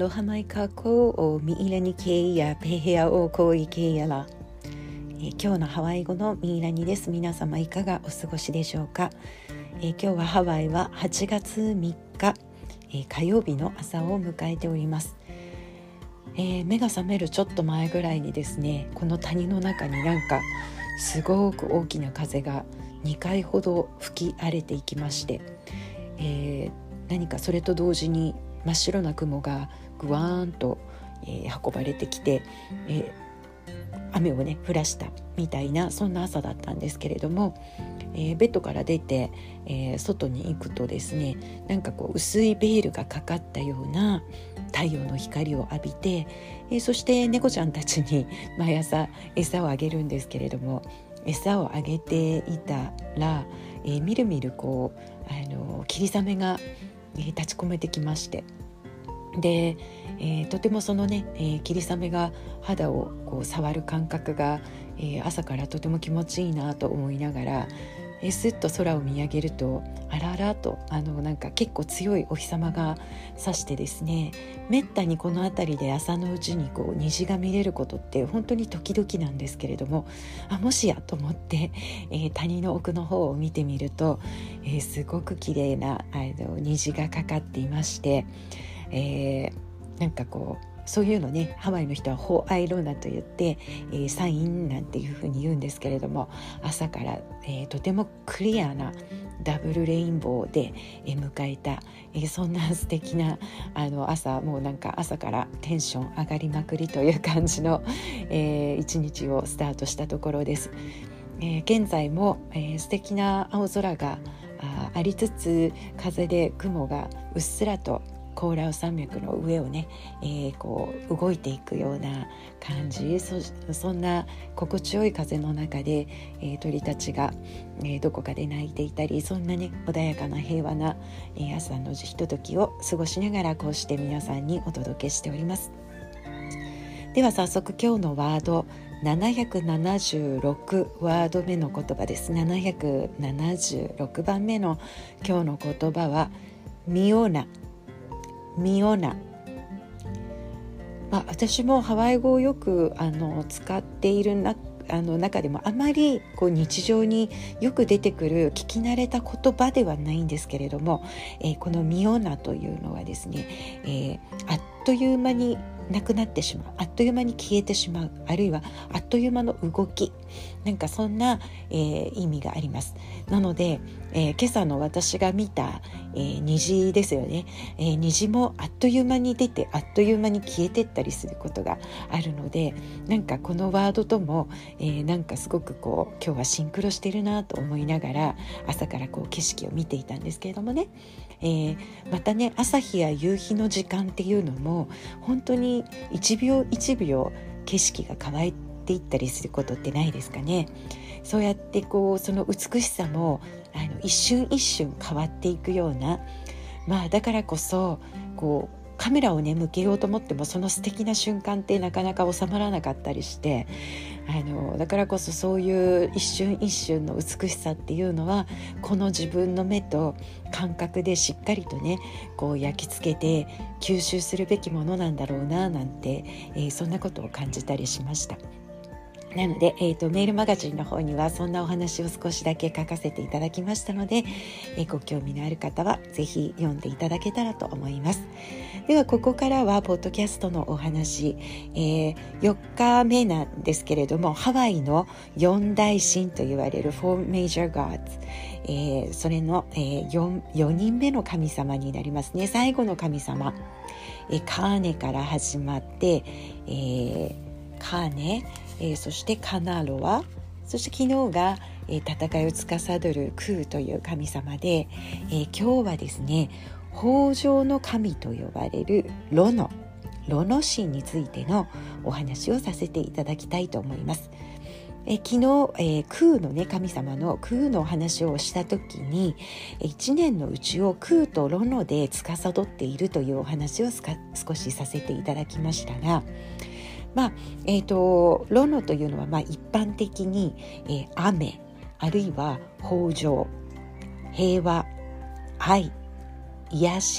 Aloha mai kākou o Mi'ilani keia pehea o koi keiala。今日のハワイ語のミイラニです。皆様いかがお過ごしでしょうか。今日はハワイは8月3日、火曜日の朝を迎えております。目が覚めるちょっと前ぐらいにですね、この谷の中になんかすごく大きな風が2回ほど吹き荒れていきまして、何かそれと同時に真っ白な雲がぐわーんと、運ばれてきて、雨をね降らしたみたいなそんな朝だったんですけれども、ベッドから出て、外に行くとですね、なんかこう薄いベールがかかったような太陽の光を浴びて、そして猫ちゃんたちに毎朝餌をあげるんですけれども、餌をあげていたら、みるみるこう霧雨が立ち込めてきまして、で、とてもそのね、霧雨が肌をこう触る感覚が、朝からとても気持ちいいなと思いながら、すっと空を見上げるとあらあらとなんか結構強いお日様が差してですね、めったにこの辺りで朝のうちにこう虹が見れることって本当に時々なんですけれども、もしやと思って、谷の奥の方を見てみると、すごく綺麗な虹がかかっていまして、なんかこうそういうのね、ハワイの人はホアイローナと言って、サインなんていうふうに言うんですけれども、朝から、とてもクリアなダブルレインボーで、迎えた、そんな素敵な朝、もうなんか朝からテンション上がりまくりという感じの、一日をスタートしたところです。現在も、素敵な青空がありつつ、風で雲がうっすらとコーラウ山脈の上をね、こう動いていくような感じ、そんな心地よい風の中で、鳥たちが、どこかで鳴いていたり、そんなね穏やかな平和な、朝のひとときを過ごしながら、こうして皆さんにお届けしております。では早速今日のワード、776ワード目の言葉です。776番目の今日の言葉はミオナ。私もハワイ語をよく使っている中でも、あまりこう日常によく出てくる聞き慣れた言葉ではないんですけれども、このミオナというのはですね、あっという間になくなってしまう、あっという間に消えてしまう、あるいはあっという間の動き、なんかそんな、意味があります。なので、今朝の私が見た、虹ですよね、虹もあっという間に出てあっという間に消えてったりすることがあるので、なんかこのワードとも、なんかすごくこう今日はシンクロしてるなと思いながら朝からこう景色を見ていたんですけれどもね、またね、朝日や夕日の時間っていうのも本当に一秒一秒景色が変わっていったりすることってないですかね。そうやってこうその美しさも一瞬一瞬変わっていくような、だからこそこうカメラをね向けようと思っても、その素敵な瞬間ってなかなか収まらなかったりして、だからこそそういう一瞬一瞬の美しさっていうのは、この自分の目と感覚でしっかりとねこう焼き付けて吸収するべきものなんだろうななんて、そんなことを感じたりしました。なので、メールマガジンの方にはそんなお話を少しだけ書かせていただきましたので、ご興味のある方はぜひ読んでいただけたらと思います。ではここからはポッドキャストのお話、4日目なんですけれども、ハワイの四大神と言われる Four Major Gods、それの、4人目の神様になりますね。最後の神様、カーネから始まって、カーネ、そしてカナロア、そして昨日が、戦いを司るクーという神様で、今日はですね、豊穣の神と呼ばれるロノ神についてのお話をさせていただきたいと思います。昨日、クーのね神様のクーのお話をした時に、1年のうちをクーとロノで司っているというお話を少しさせていただきましたが、ロノというのは一般的に、雨、あるいは豊穣、平和、愛、癒し、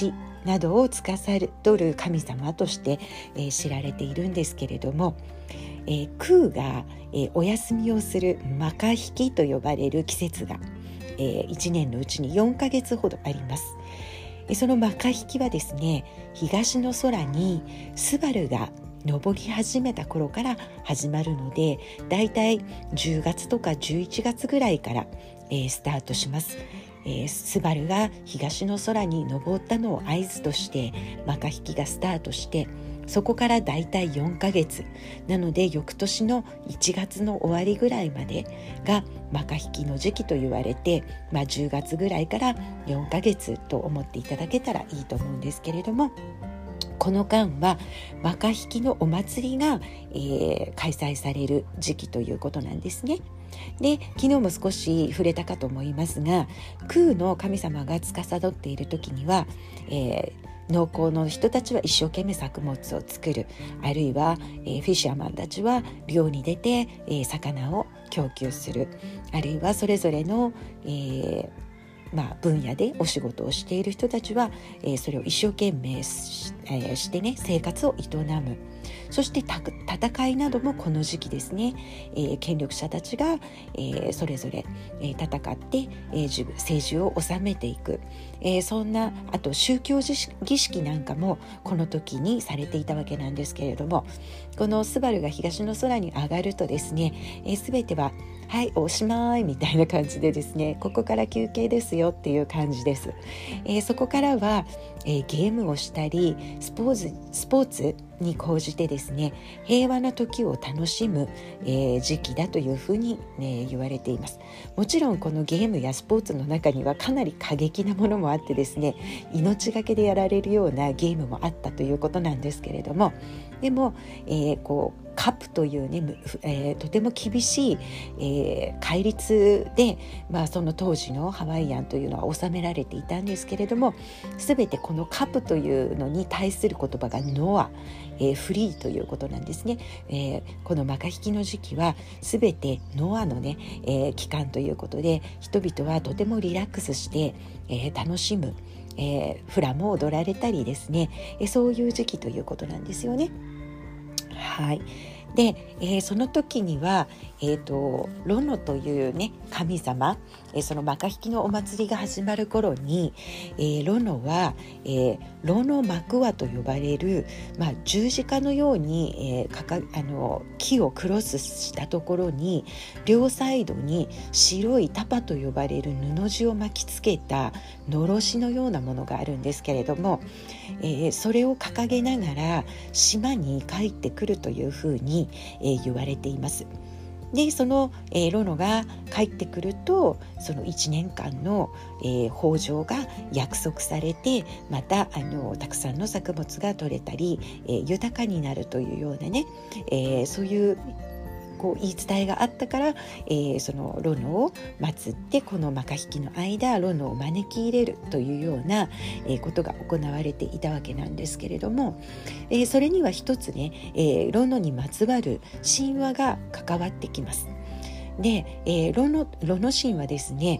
などを司る神様として、知られているんですけれども、空が、お休みをするマカ引きと呼ばれる季節が、1年のうちに4ヶ月ほどあります。そのマカ引きはですね、東の空にスバルが昇り始めた頃から始まるので、だいたい10月とか11月ぐらいから、スタートします。スバルが東の空に昇ったのを合図としてマカ引きがスタートして、そこからだいたい4ヶ月なので、翌年の1月の終わりぐらいまでがマカ引きの時期と言われて、10月ぐらいから4ヶ月と思っていただけたらいいと思うんですけれども、この間はマカ引きのお祭りが、開催される時期ということなんですね。で、昨日も少し触れたかと思いますが、空の神様が司っている時には、農耕の人たちは一生懸命作物を作る、あるいは、フィッシャーマンたちは漁に出て、魚を供給する、あるいはそれぞれの、分野でお仕事をしている人たちは、それを一生懸命してね、生活を営む。そして戦いなどもこの時期ですね、権力者たちが、それぞれ、戦って、政治を治めていく、そんな、あと宗教儀式なんかもこの時にされていたわけなんですけれども、このスバルが東の空に上がるとですね、全てははいおしまいみたいな感じでですね、ここから休憩ですよっていう感じです。そこからは、ゲームをしたりスポーツに講じてですね、平和な時を楽しむ、時期だというふうに、言われています。もちろんこのゲームやスポーツの中にはかなり過激なものもあってですね、命がけでやられるようなゲームもあったということなんですけれども、でも、カップというね、とても厳しい、戒律で、その当時のハワイアンというのは収められていたんですけれども、すべてこのカップというのに対する言葉がノア、フリーということなんですね。このマカ引きの時期はすべてノアのね、期間ということで、人々はとてもリラックスして、楽しむ、フラも踊られたりですね、そういう時期ということなんですよね。はい。で、その時には、ロノというね神様、そのマカ引きのお祭りが始まる頃に、ロノは、ロノマクワと呼ばれる、十字架のように、木をクロスしたところに両サイドに白いタパと呼ばれる布地を巻きつけたのろしのようなものがあるんですけれども、それを掲げながら島に帰ってくるというふうに、言われています。で、その、ロノが帰ってくると、その1年間の、豊穣が約束されて、またたくさんの作物が取れたり、豊かになるというようなね、そういう言い伝えがあったから、そのロノを祀って、このマカ引きの間ロノを招き入れるというような、ことが行われていたわけなんですけれども、それには一つね、ロノにまつわる神話が関わってきます。で、ロノ神はですね、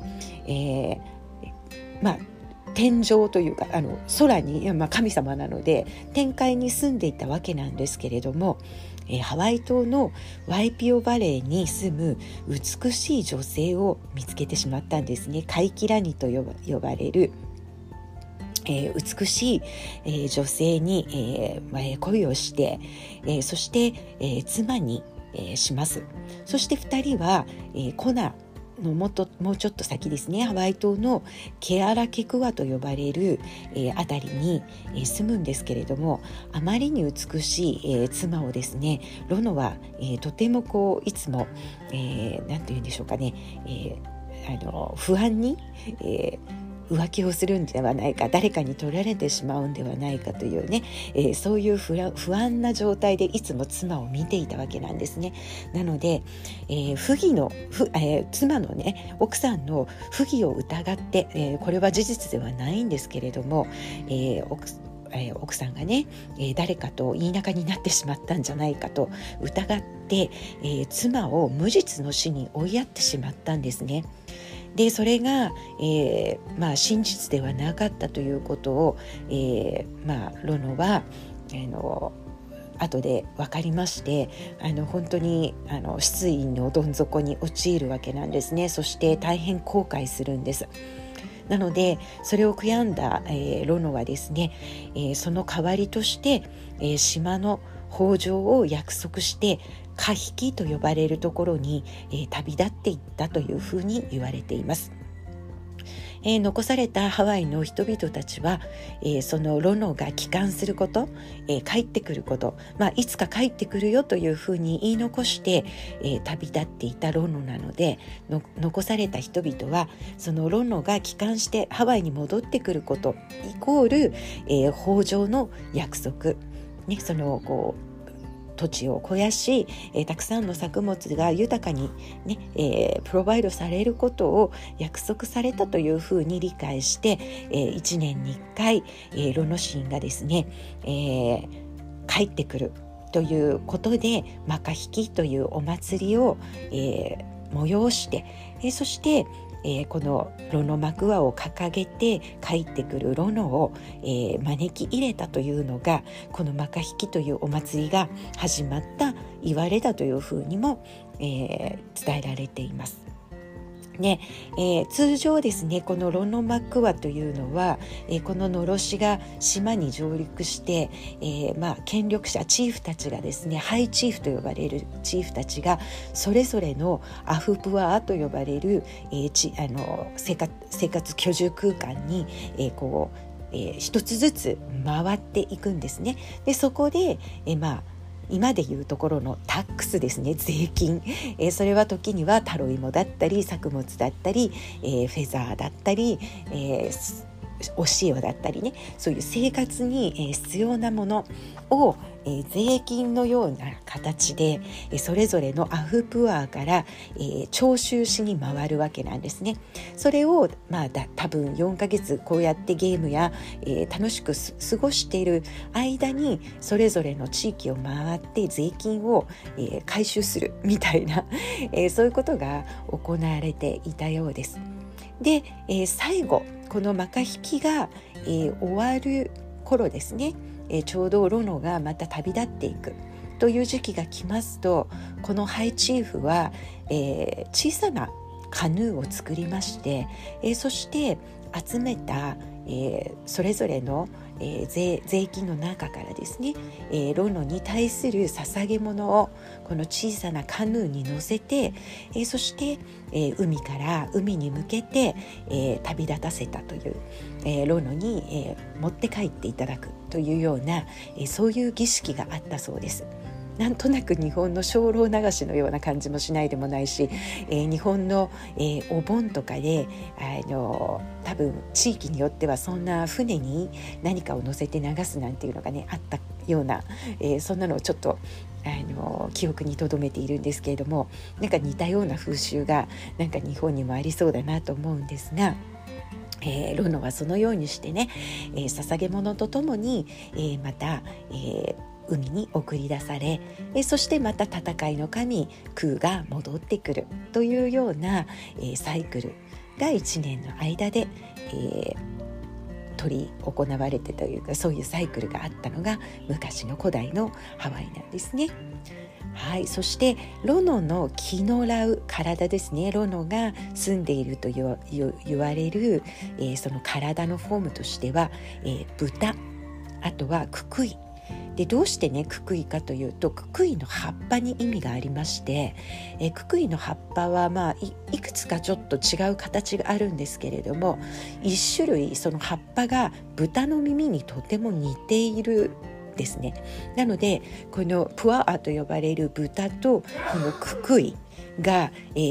天上というか空に、神様なので天界に住んでいたわけなんですけれども、ハワイ島のワイピオバレーに住む美しい女性を見つけてしまったんですね。カイキラニと呼ばれる、美しい、女性に、恋をして、そして、妻に、します。そして2人は、コナのもうちょっと先ですね、ハワイ島のケアラケクワと呼ばれる、あたりに、住むんですけれども、あまりに美しい、妻をですね、ロノは、とてもいつも、なんて言うんでしょうかね、不安に、浮気をするんではないか、誰かに取られてしまうんではないかというね、そういう不安な状態でいつも妻を見ていたわけなんですね。なので、妻のね、奥さんの不義を疑って、これは事実ではないんですけれども、奥さんがね、誰かと言い仲になってしまったんじゃないかと疑って、妻を無実の死に追いやってしまったんですね。 でそれが、真実ではなかったということを、ロノは後で分かりまして、本当に失意のどん底に陥るわけなんですね。そして大変後悔するんです。なのでそれを悔やんだ、ロノはですね、その代わりとして、島の豊穣を約束してカヒキと呼ばれるところに、旅立っていったというふうに言われています。残されたハワイの人々たちは、そのロノが帰還すること、帰ってくること、いつか帰ってくるよというふうに言い残して、旅立っていたロノなので、残された人々はそのロノが帰還してハワイに戻ってくることイコール、豊穣の約束、その土地を肥やし、たくさんの作物が豊かに、プロバイドされることを約束されたというふうに理解して、1年に1回、ロノ神がですね、帰ってくるということでマカヒキというお祭りを、催して、そしてこのロノマクワを掲げて帰ってくるロノを、招き入れたというのがこのマカヒキというお祭りが始まった言われだというふうにも、伝えられています。通常ですね、このロノマクワというのは、こののろしが島に上陸して、権力者チーフたちがですね、ハイチーフと呼ばれるチーフたちがそれぞれのアフプアと呼ばれる、生活居住空間に、一つずつ回っていくんですね。でそこで、今でいうところのタックスですね、税金、それは時にはタロイモだったり作物だったり、フェザーだったり、お塩だったりね、そういう生活に、必要なものを、税金のような形で、それぞれのアフプアから、徴収しに回るわけなんですね。それを、多分4ヶ月こうやってゲームや、楽しく過ごしている間にそれぞれの地域を回って税金を、回収するみたいな、そういうことが行われていたようです。で、最後このマカヒキが、終わる頃ですね、ちょうどロノがまた旅立っていくという時期が来ますと、このハイチーフは、小さなカヌーを作りまして、そして集めた、それぞれの、税金の中からですね、ロノに対する捧げ物をこの小さなカヌーに乗せて、そして、海から海に向けて、旅立たせたという、ロノに、持って帰っていただくというような、そういう儀式があったそうです。なんとなく日本の精霊流しのような感じもしないでもないし、日本の、お盆とかで多分地域によってはそんな船に何かを乗せて流すなんていうのがねあったような、そんなのをちょっと記憶に留めているんですけれども、なんか似たような風習がなんか日本にもありそうだなと思うんですが、ロノはそのようにしてね、捧げ物とともに、また、海に送り出され、そしてまた戦いの神空が戻ってくるというような、サイクルが1年の間で、取り行われてというか、そういうサイクルがあったのが昔の古代のハワイなんですね。はい、そしてロノの気のらう体ですね、ロノが住んでいると言われる、その体のフォームとしては、豚、あとはククイで、どうしてねククイかというと、ククイの葉っぱに意味がありまして、ククイの葉っぱは、いくつかちょっと違う形があるんですけれども、一種類その葉っぱが豚の耳にとても似ているですね。なのでこのプアアと呼ばれる豚とこのククイが、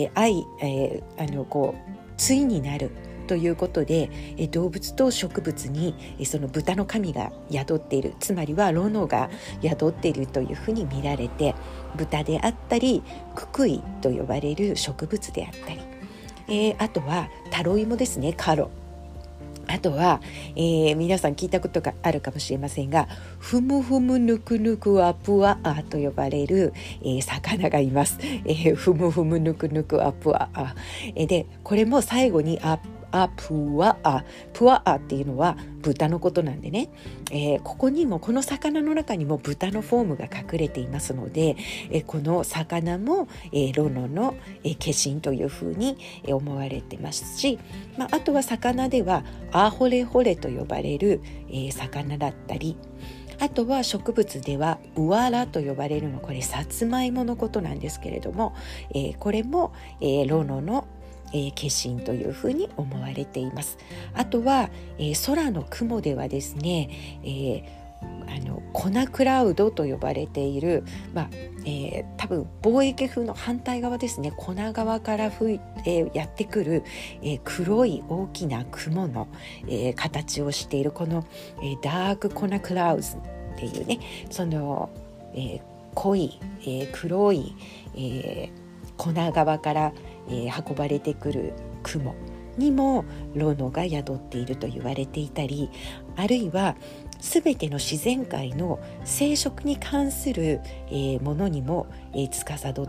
対になるということで、動物と植物にその豚の神が宿っている、つまりはロノが宿っているというふうに見られて、豚であったりククイと呼ばれる植物であったり、あとはタロイモですね、カロ、 あとは、皆さん聞いたことがあるかもしれませんが、ふむふむぬくぬくアプアアと呼ばれる、魚がいます。ふむふむぬくぬくアプアア、でこれも最後にプワアっていうのは豚のことなんでね、ここの魚の中にも豚のフォームが隠れていますので、この魚も、ロノの、化身というふうに思われてますし、あとは魚ではアホレホレと呼ばれる、魚だったり、あとは植物ではウワラと呼ばれるの、これさつまいものことなんですけれども、これも、ロノの化身というふうに思われています。あとは、空の雲ではですね、粉クラウドと呼ばれている、多分貿易風の反対側ですね、粉側からやってくる、黒い大きな雲の、形をしているこの、ダーク粉クラウズっていうね、その、濃い、黒い、粉側から運ばれてくる雲にもロノが宿っていると言われていたり、あるいはすべての自然界の生殖に関する、ものにも、司って、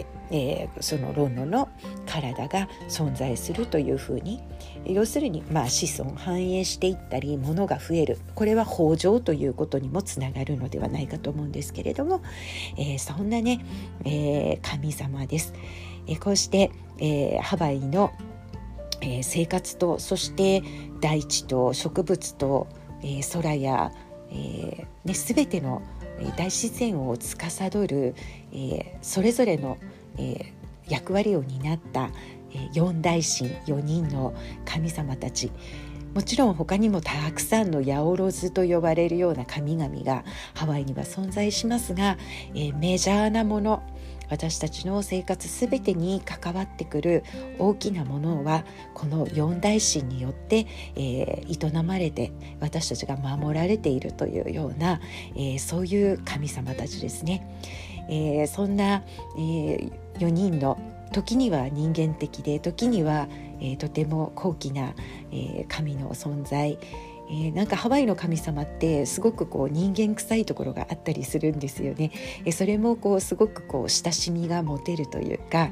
そのロノの体が存在するというふうに、要するに、子孫繁栄していったり物が増える、これは豊穣ということにもつながるのではないかと思うんですけれども、そんなね、神様です。こうして、ハワイの、生活と、そして大地と植物と、空や、全ての大自然を司る、それぞれの、役割を担った、四大神、4人の神様たち、もちろん他にもたくさんのヤオロズと呼ばれるような神々がハワイには存在しますが、メジャーなもの、私たちの生活すべてに関わってくる大きなものはこの四大神によって、営まれて、私たちが守られているというような、そういう神様たちですね。そんな、4人の、時には人間的で、時には、とても高貴な、神の存在、なんかハワイの神様ってすごく人間臭いところがあったりするんですよね。それもすごく親しみが持てるというか、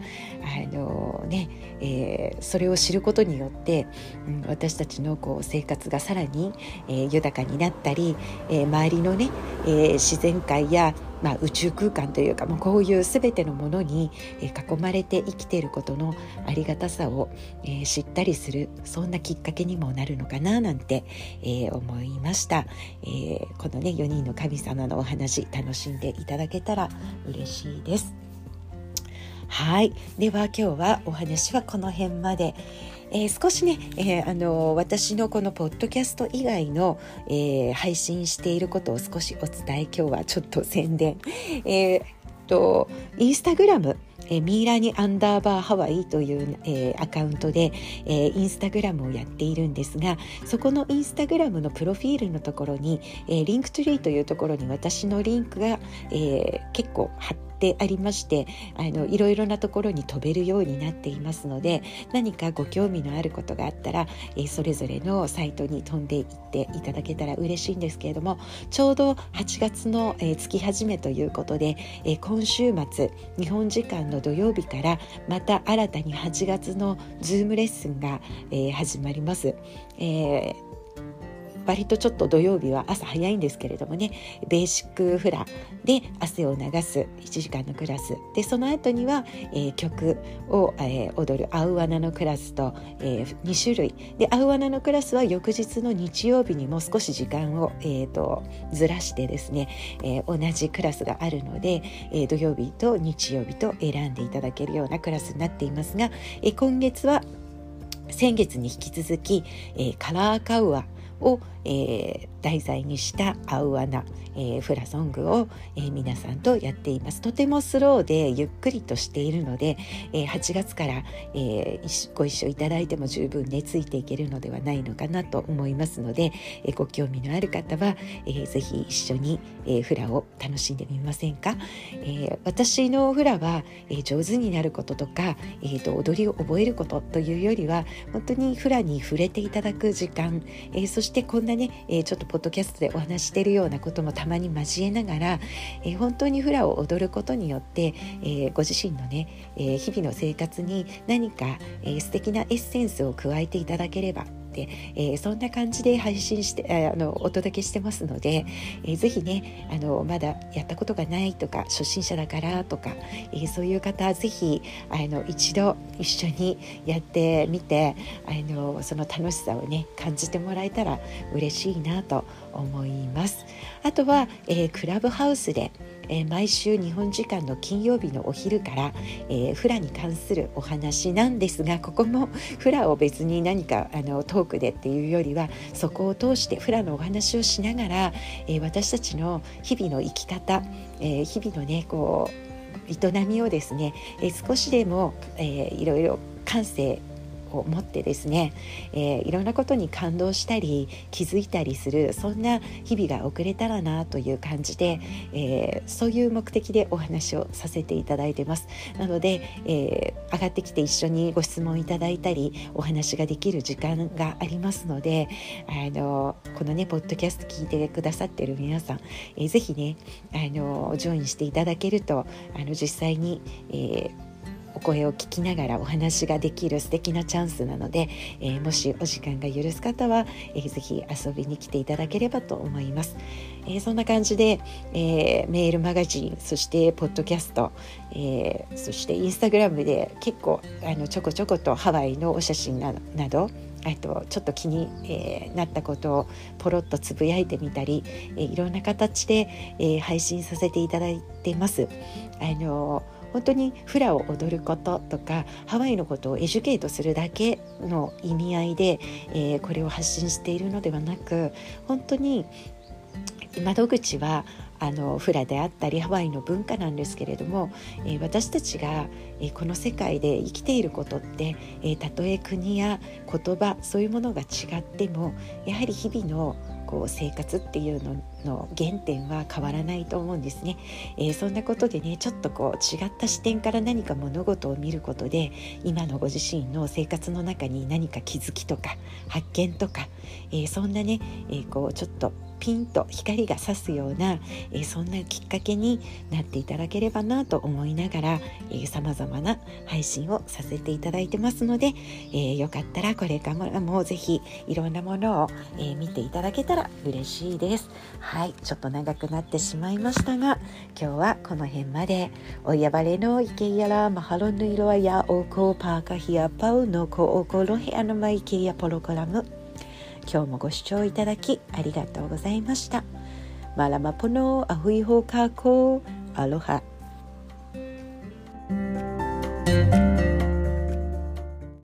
それを知ることによって、私たちの生活がさらに、豊かになったり、周りのね、自然界や宇宙空間というか、こういうすべてのものに囲まれて生きていることのありがたさを知ったりする、そんなきっかけにもなるのかななんて思いました。このね4人の神様のお話、楽しんでいただけたら嬉しいです。はい、では今日はお話はこの辺まで。少しね、私のこのポッドキャスト以外の、配信していることを少しお伝え、今日はちょっと宣伝、インスタグラム、ミイラニ_ハワイという、アカウントで、インスタグラムをやっているんですが、そこのインスタグラムのプロフィールのところに、リンクトゥリーというところに私のリンクが、結構貼ってありまして、いろいろなところに飛べるようになっていますので、何かご興味のあることがあったら、それぞれのサイトに飛んでいっていただけたら嬉しいんですけれども、ちょうど8月の、月始めということで、今週末日本時間の土曜日からまた新たに8月のズームレッスンが、始まります。割とちょっと土曜日は朝早いんですけれどもね、ベーシックフラで汗を流す1時間のクラスで、その後には、曲を、踊るアウアナのクラスと、2種類で、アウアナのクラスは翌日の日曜日にも少し時間を、ずらしてですね、同じクラスがあるので、土曜日と日曜日と選んでいただけるようなクラスになっていますが、今月は先月に引き続き、カラーカウアを、 題材にしたアウアナ、フラソングを、皆さんとやっています。とてもスローでゆっくりとしているので、8月から、ご一緒いただいても十分ついていけるのではないのかなと思いますので、ご興味のある方は、ぜひ一緒に、フラを楽しんでみませんか。私のフラは、上手になることとか、踊りを覚えることというよりは本当にフラに触れていただく時間、そしてこんなね、ちょっとポッドキャストでお話しているようなこともたまに交えながら、本当にフラを踊ることによって、ご自身のね、日々の生活に何か、素敵なエッセンスを加えていただければで、そんな感じで配信してお届けしてますので、ぜひねまだやったことがないとか初心者だからとか、そういう方ぜひ一度一緒にやってみてその楽しさをね感じてもらえたら嬉しいなと思います。あとは、クラブハウスで毎週日本時間の金曜日のお昼から、フラに関するお話なんですが、ここもフラを別に何かトークでっていうよりはそこを通してフラのお話をしながら、私たちの日々の生き方、日々のねこう営みをですね、少しでも、いろいろ感性を持ってですね、いろんなことに感動したり気づいたりする、そんな日々が送れたらなという感じで、そういう目的でお話をさせていただいてます。なので、上がってきて一緒にご質問いただいたりお話ができる時間がありますので、このねポッドキャスト聞いてくださっている皆さん、ぜひねジョインしていただけると実際に、お声を聞きながらお話ができる素敵なチャンスなので、もしお時間が許す方は、ぜひ遊びに来ていただければと思います。そんな感じで、メールマガジン、そしてポッドキャスト、そしてインスタグラムで結構ちょこちょことハワイのお写真などちょっと気に、なったことをポロッとつぶやいてみたり、いろんな形で、配信させていただいてます。本当にフラを踊ることとかハワイのことをエデュケートするだけの意味合いで、これを発信しているのではなく、本当に窓口はフラであったりハワイの文化なんですけれども、私たちが、この世界で生きていることって、たとえ国や言葉そういうものが違ってもやはり日々の生活っていうのの原点は変わらないと思うんですね。そんなことでねちょっと違った視点から何か物事を見ることで今のご自身の生活の中に何か気づきとか発見とか、そんなね、ちょっとピンと光が差すような、そんなきっかけになっていただければなと思いながら、様々な配信をさせていただいてますので、よかったらこれからもぜひいろんなものを、見ていただけたら嬉しいです。はい、ちょっと長くなってしまいましたが今日はこの辺まで。おやばれのいけやらマハロヌイロアやおこパーカヒアパウのこおころへあのまいけやプログラム、今日もご視聴いただきありがとうございました。マラマポノアフイホーカーコーアロハ。